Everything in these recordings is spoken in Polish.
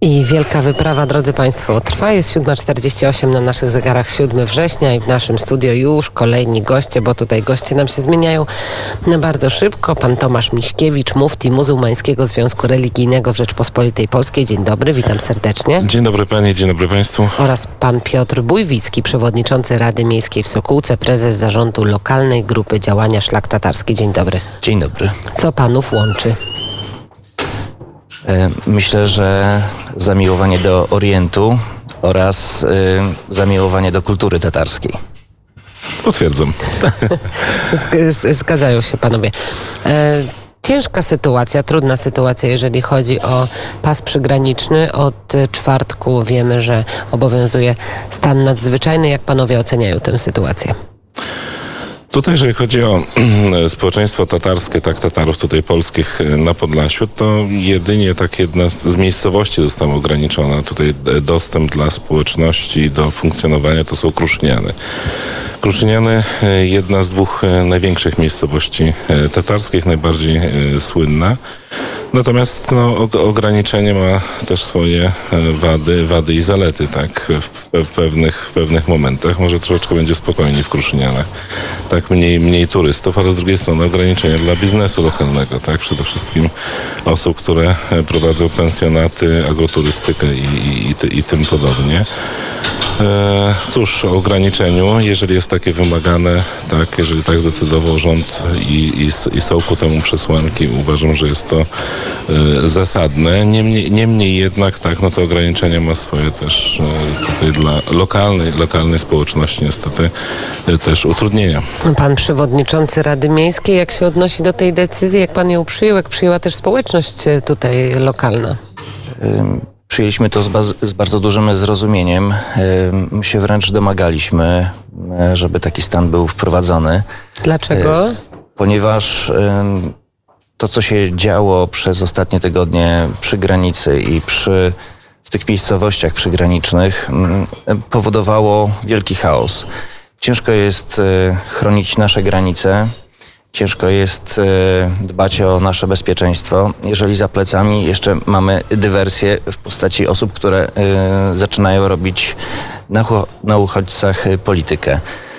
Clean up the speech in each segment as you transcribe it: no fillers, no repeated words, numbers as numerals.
I wielka wyprawa, drodzy Państwo, trwa. Jest 7:48 na naszych zegarach, 7 września i w naszym studio już kolejni goście, bo tutaj goście nam się zmieniają bardzo szybko. Pan Tomasz Miśkiewicz, mufti Muzułmańskiego Związku Religijnego w Rzeczpospolitej Polskiej. Dzień dobry, witam serdecznie. Dzień dobry Pani, dzień dobry Państwu. Oraz pan Piotr Bujwicki, przewodniczący Rady Miejskiej w Sokółce, prezes zarządu lokalnej grupy działania Szlak Tatarski. Dzień dobry. Dzień dobry. Co panów łączy? Myślę, że zamiłowanie do Orientu oraz zamiłowanie do kultury tatarskiej. Potwierdzam. Zgadzają się panowie. Ciężka sytuacja, trudna sytuacja, jeżeli chodzi o pas przygraniczny. Od czwartku wiemy, że obowiązuje stan nadzwyczajny. Jak panowie oceniają tę sytuację? Tutaj, jeżeli chodzi o społeczeństwo tatarskie, tak, Tatarów tutaj polskich na Podlasiu, to jedynie tak jedna z miejscowości została ograniczona. Tutaj dostęp dla społeczności do funkcjonowania to są Kruszyniany. Kruszyniany, jedna z dwóch największych miejscowości tatarskich, najbardziej słynna. Natomiast ograniczenie ma też swoje wady i zalety, tak, w pewnych momentach. Może troszeczkę będzie spokojniej w Kruszynianach, tak, mniej turystów, ale z drugiej strony ograniczenia dla biznesu lokalnego, tak, przede wszystkim osób, które prowadzą pensjonaty, agroturystykę i tym podobnie. Cóż, o ograniczeniu, jeżeli jest takie wymagane, tak, jeżeli tak zdecydował rząd i są ku temu przesłanki, uważam, że jest to zasadne. Niemniej jednak, tak, no to ograniczenie ma swoje też tutaj dla lokalnej społeczności niestety też utrudnienia. Pan przewodniczący Rady Miejskiej, jak się odnosi do tej decyzji, jak pan ją przyjął, jak przyjęła też społeczność tutaj lokalna? Przyjęliśmy to z bardzo dużym zrozumieniem. My się wręcz domagaliśmy, żeby taki stan był wprowadzony. Dlaczego? Ponieważ to, co się działo przez ostatnie tygodnie przy granicy i w tych miejscowościach przygranicznych, powodowało wielki chaos. Ciężko jest chronić nasze granice. Ciężko jest dbać o nasze bezpieczeństwo, jeżeli za plecami jeszcze mamy dywersję w postaci osób, które zaczynają robić na uchodźcach politykę.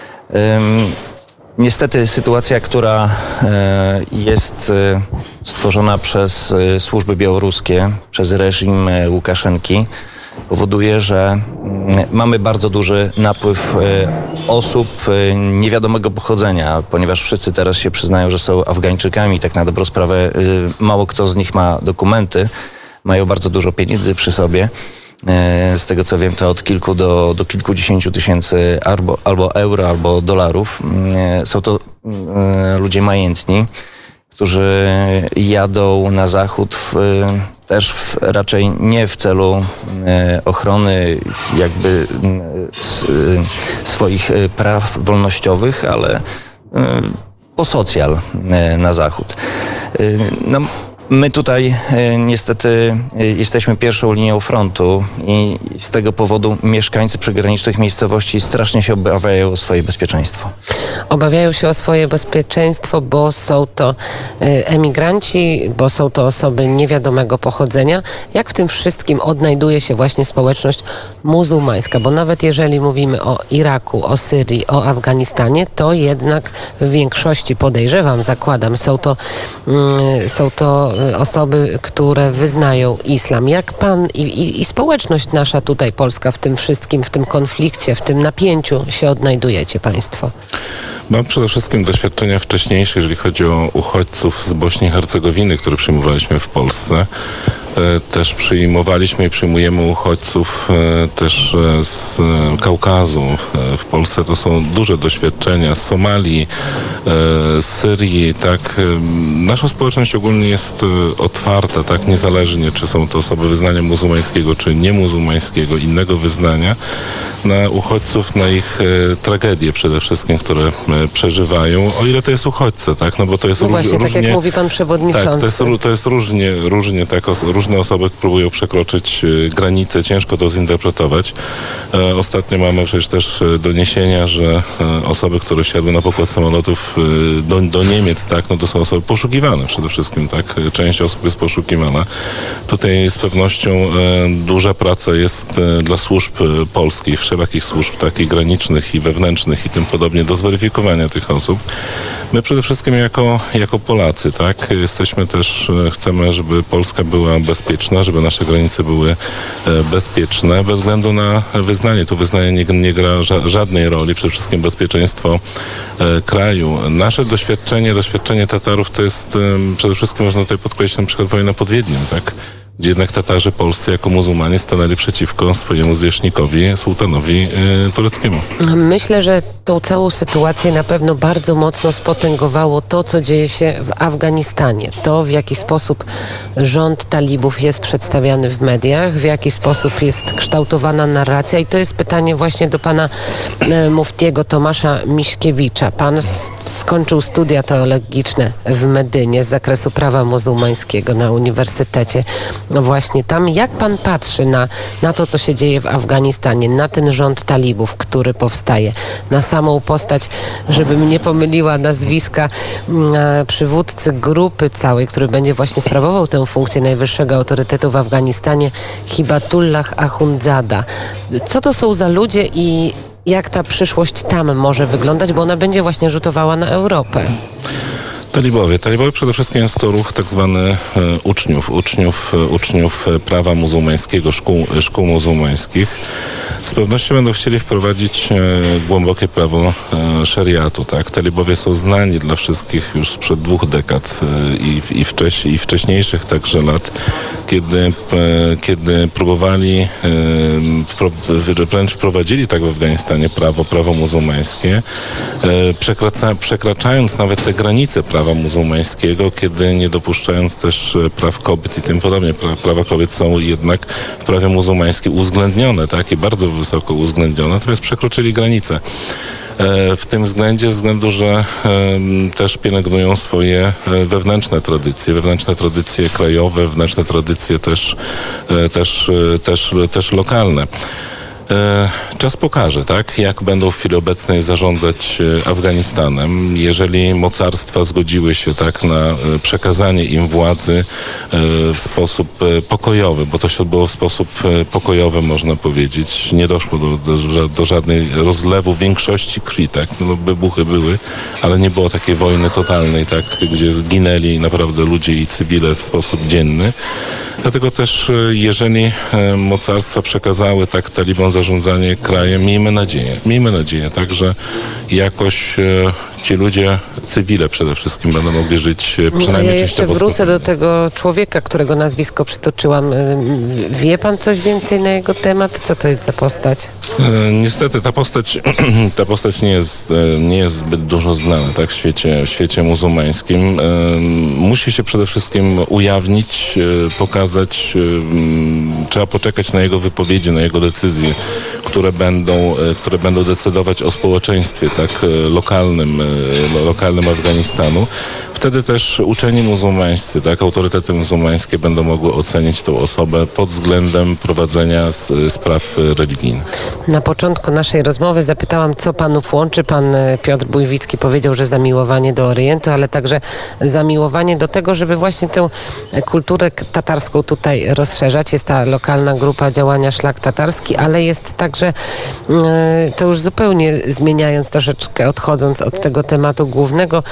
Niestety sytuacja, która jest stworzona przez służby białoruskie, przez reżim Łukaszenki, powoduje, że mamy bardzo duży napływ osób niewiadomego pochodzenia, ponieważ wszyscy teraz się przyznają, że są Afgańczykami. Tak na dobrą sprawę mało kto z nich ma dokumenty. Mają bardzo dużo pieniędzy przy sobie. Z tego co wiem, to od kilku do kilkudziesięciu tysięcy albo euro, albo dolarów. Są to ludzie majętni, którzy jadą na zachód też raczej nie w celu ochrony jakby swoich praw wolnościowych, ale po socjal na zachód. No, my tutaj niestety jesteśmy pierwszą linią frontu i z tego powodu mieszkańcy przygranicznych miejscowości strasznie się obawiają o swoje bezpieczeństwo. Obawiają się o swoje bezpieczeństwo, bo są to emigranci, bo są to osoby niewiadomego pochodzenia. Jak w tym wszystkim odnajduje się właśnie społeczność muzułmańska? Bo nawet jeżeli mówimy o Iraku, o Syrii, o Afganistanie, to jednak w większości, podejrzewam, zakładam, są to osoby, które wyznają islam. Jak pan i społeczność nasza tutaj polska w tym wszystkim, w tym konflikcie, w tym napięciu się odnajdujecie państwo? Mam przede wszystkim doświadczenia wcześniejsze, jeżeli chodzi o uchodźców z Bośni i Hercegowiny, które przyjmowaliśmy w Polsce. Też przyjmowaliśmy i przyjmujemy uchodźców też z Kaukazu. W Polsce to są duże doświadczenia z Somalii, z Syrii, tak. Nasza społeczność ogólnie jest otwarta, tak, niezależnie czy są to osoby wyznania muzułmańskiego, czy niemuzułmańskiego, innego wyznania. na uchodźców, na ich tragedie przede wszystkim, które przeżywają, o ile to jest uchodźca, tak? No bo to jest No właśnie, różnie, tak jak mówi pan przewodniczący. tak, to jest różnie tak, różne osoby próbują przekroczyć granice, ciężko to zinterpretować. Ostatnio mamy przecież też doniesienia, że osoby, które wsiadły na pokład samolotów do Niemiec, tak, no to są osoby poszukiwane przede wszystkim, tak? Część osób jest poszukiwana. Tutaj z pewnością duża praca jest dla służb polskich, wszelakich służb takich granicznych i wewnętrznych i tym podobnie do zweryfikowania tych osób. My przede wszystkim jako Polacy, tak, jesteśmy też, chcemy, żeby Polska była bezpieczna, żeby nasze granice były bezpieczne, bez względu na wyznanie. Tu wyznanie nie gra żadnej roli, przede wszystkim bezpieczeństwo kraju. Nasze doświadczenie Tatarów to jest, przede wszystkim można tutaj podkreślić na przykład wojna pod Wiedniem, tak, gdzie jednak Tatarzy polscy jako muzułmanie stanęli przeciwko swojemu zwierzchnikowi, sułtanowi tureckiemu. Myślę, że tą całą sytuację na pewno bardzo mocno spotęgowało to, co dzieje się w Afganistanie. To, w jaki sposób rząd talibów jest przedstawiany w mediach, w jaki sposób jest kształtowana narracja i to jest pytanie właśnie do pana muftiego Tomasza Miśkiewicza. Pan skończył studia teologiczne w Medynie z zakresu prawa muzułmańskiego na Uniwersytecie. No właśnie tam, jak pan patrzy na to, co się dzieje w Afganistanie, na ten rząd talibów, który powstaje, na samą postać, żebym nie pomyliła nazwiska przywódcy grupy całej, który będzie właśnie sprawował tę funkcję najwyższego autorytetu w Afganistanie, Hibatullah Akhundzada. Co to są za ludzie i jak ta przyszłość tam może wyglądać, bo ona będzie właśnie rzutowała na Europę? Talibowie przede wszystkim jest to ruch tak zwany uczniów prawa muzułmańskiego, szkół muzułmańskich. Z pewnością będą chcieli wprowadzić głębokie prawo szariatu, tak? Talibowie są znani dla wszystkich już sprzed 2 dekad i wcześniejszych także lat, kiedy próbowali, wręcz wprowadzili tak w Afganistanie prawo muzułmańskie, przekraczając nawet te granice prawa muzułmańskiego, kiedy nie dopuszczając też praw kobiet i tym podobnie. Prawa kobiet są jednak w prawie muzułmańskim uwzględnione, tak, i bardzo wysoko uwzględnione, natomiast przekroczyli granice. W tym względu, że też pielęgnują swoje wewnętrzne tradycje krajowe, wewnętrzne tradycje też lokalne. Czas pokaże, tak, jak będą w chwili obecnej zarządzać Afganistanem. Jeżeli mocarstwa zgodziły się tak na przekazanie im władzy w sposób pokojowy, bo to się odbyło w sposób pokojowy, można powiedzieć. Nie doszło do żadnej rozlewu większości krwi, tak. No, wybuchy były, ale nie było takiej wojny totalnej, tak, gdzie zginęli naprawdę ludzie i cywile w sposób dzienny. Dlatego też, jeżeli mocarstwa przekazały tak talibom zarządzanie krajem, miejmy nadzieję, tak, że jakoś ci ludzie, cywile przede wszystkim, będą mogli żyć przynajmniej ja jeszcze wrócę do tego człowieka, którego nazwisko przytoczyłam. Wie pan coś więcej na jego temat? Co to jest za postać? Niestety ta postać nie jest zbyt dużo znana, tak, w świecie muzułmańskim. Musi się przede wszystkim ujawnić, pokazać, trzeba poczekać na jego wypowiedzi, na jego decyzje, które będą decydować o społeczeństwie, tak, lokalnym Afganistanu. Wtedy też uczeni muzułmańscy, tak, autorytety muzułmańskie będą mogły ocenić tą osobę pod względem prowadzenia spraw religijnych. Na początku naszej rozmowy zapytałam, co panów łączy. Pan Piotr Bujwicki powiedział, że zamiłowanie do Orientu, ale także zamiłowanie do tego, żeby właśnie tę kulturę tatarską tutaj rozszerzać. Jest ta lokalna grupa działania Szlak Tatarski, ale jest także, to już zupełnie zmieniając troszeczkę, odchodząc od tego tematu głównego,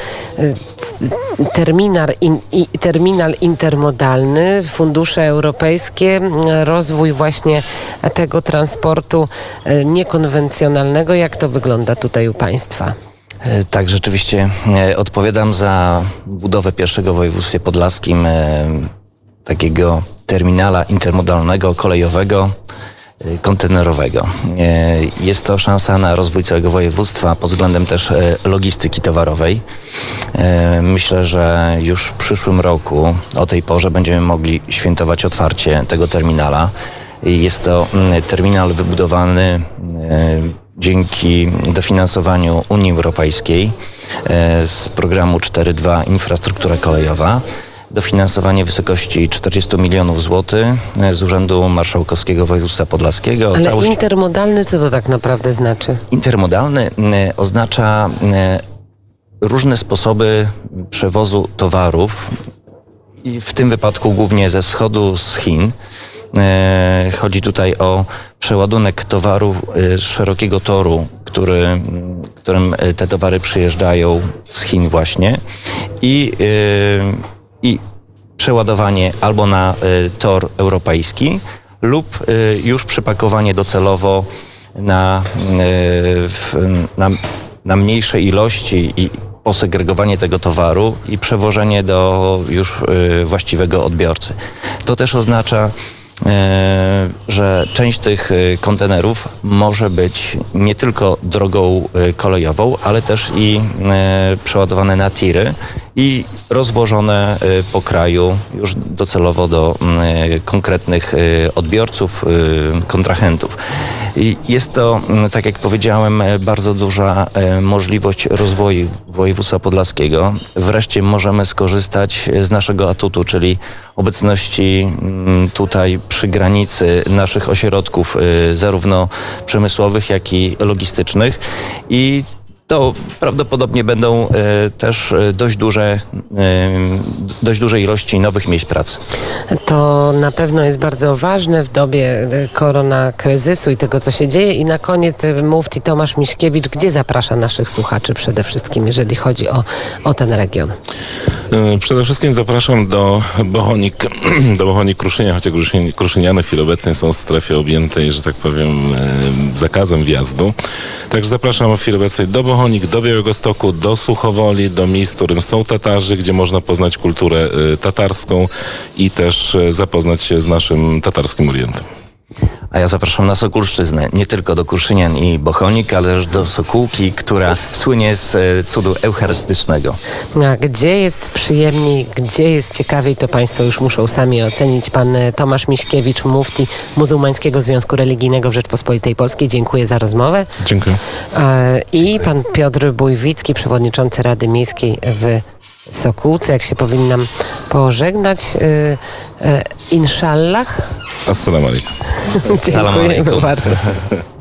terminal intermodalny, fundusze europejskie, rozwój właśnie tego transportu niekonwencjonalnego. Jak to wygląda tutaj u państwa? Tak, rzeczywiście odpowiadam za budowę pierwszego w województwie podlaskim takiego terminala intermodalnego, kolejowego, kontenerowego. Jest to szansa na rozwój całego województwa pod względem też logistyki towarowej. Myślę, że już w przyszłym roku o tej porze będziemy mogli świętować otwarcie tego terminala. Jest to terminal wybudowany dzięki dofinansowaniu Unii Europejskiej z programu 4.2 Infrastruktura kolejowa. Dofinansowanie w wysokości 40 milionów złotych z Urzędu Marszałkowskiego Województwa Podlaskiego. Ale intermodalny co to tak naprawdę znaczy? Intermodalny oznacza różne sposoby przewozu towarów i w tym wypadku głównie ze wschodu, z Chin. Chodzi tutaj o przeładunek towarów z szerokiego toru, którym te towary przyjeżdżają z Chin właśnie i przeładowanie albo na tor europejski lub już przypakowanie docelowo na mniejsze ilości i posegregowanie tego towaru i przewożenie do już właściwego odbiorcy. To też oznacza, że część tych kontenerów może być nie tylko drogą kolejową, ale też i przeładowane na tiry i rozwożone po kraju już docelowo do konkretnych odbiorców, kontrahentów. I jest to, tak jak powiedziałem, bardzo duża możliwość rozwoju województwa podlaskiego. Wreszcie możemy skorzystać z naszego atutu, czyli obecności tutaj przy granicy naszych ośrodków, zarówno przemysłowych, jak i logistycznych. I to prawdopodobnie będą też dość duże ilości nowych miejsc pracy. To na pewno jest bardzo ważne w dobie koronakryzysu i tego, co się dzieje. I na koniec mufti Tomasz Miśkiewicz, gdzie zaprasza naszych słuchaczy przede wszystkim, jeżeli chodzi o ten region? Przede wszystkim zapraszam do Bochonik Kruszynia, chociaż Kruszyniany w chwili obecnej są w strefie objętej, że tak powiem, zakazem wjazdu. Także zapraszam w chwili obecnej do Bochonik, do Białegostoku, do Suchowoli, do miejsc, w którym są Tatarzy, gdzie można poznać kulturę tatarską i też zapoznać się z naszym tatarskim orientem. A ja zapraszam na Sokulszczyznę, nie tylko do Kruszynian i Bochonik, ale też do Sokółki, która słynie z cudu eucharystycznego. A gdzie jest przyjemniej, gdzie jest ciekawiej, to Państwo już muszą sami ocenić. Pan Tomasz Miśkiewicz, mufti Muzułmańskiego Związku Religijnego w Rzeczpospolitej Polskiej. Dziękuję za rozmowę. Dziękuję. I pan Piotr Bujwicki, przewodniczący Rady Miejskiej w Sokółce. Jak się powinnam pożegnać? Inszallah. Assalamu alaikum. Dziękujemy bardzo.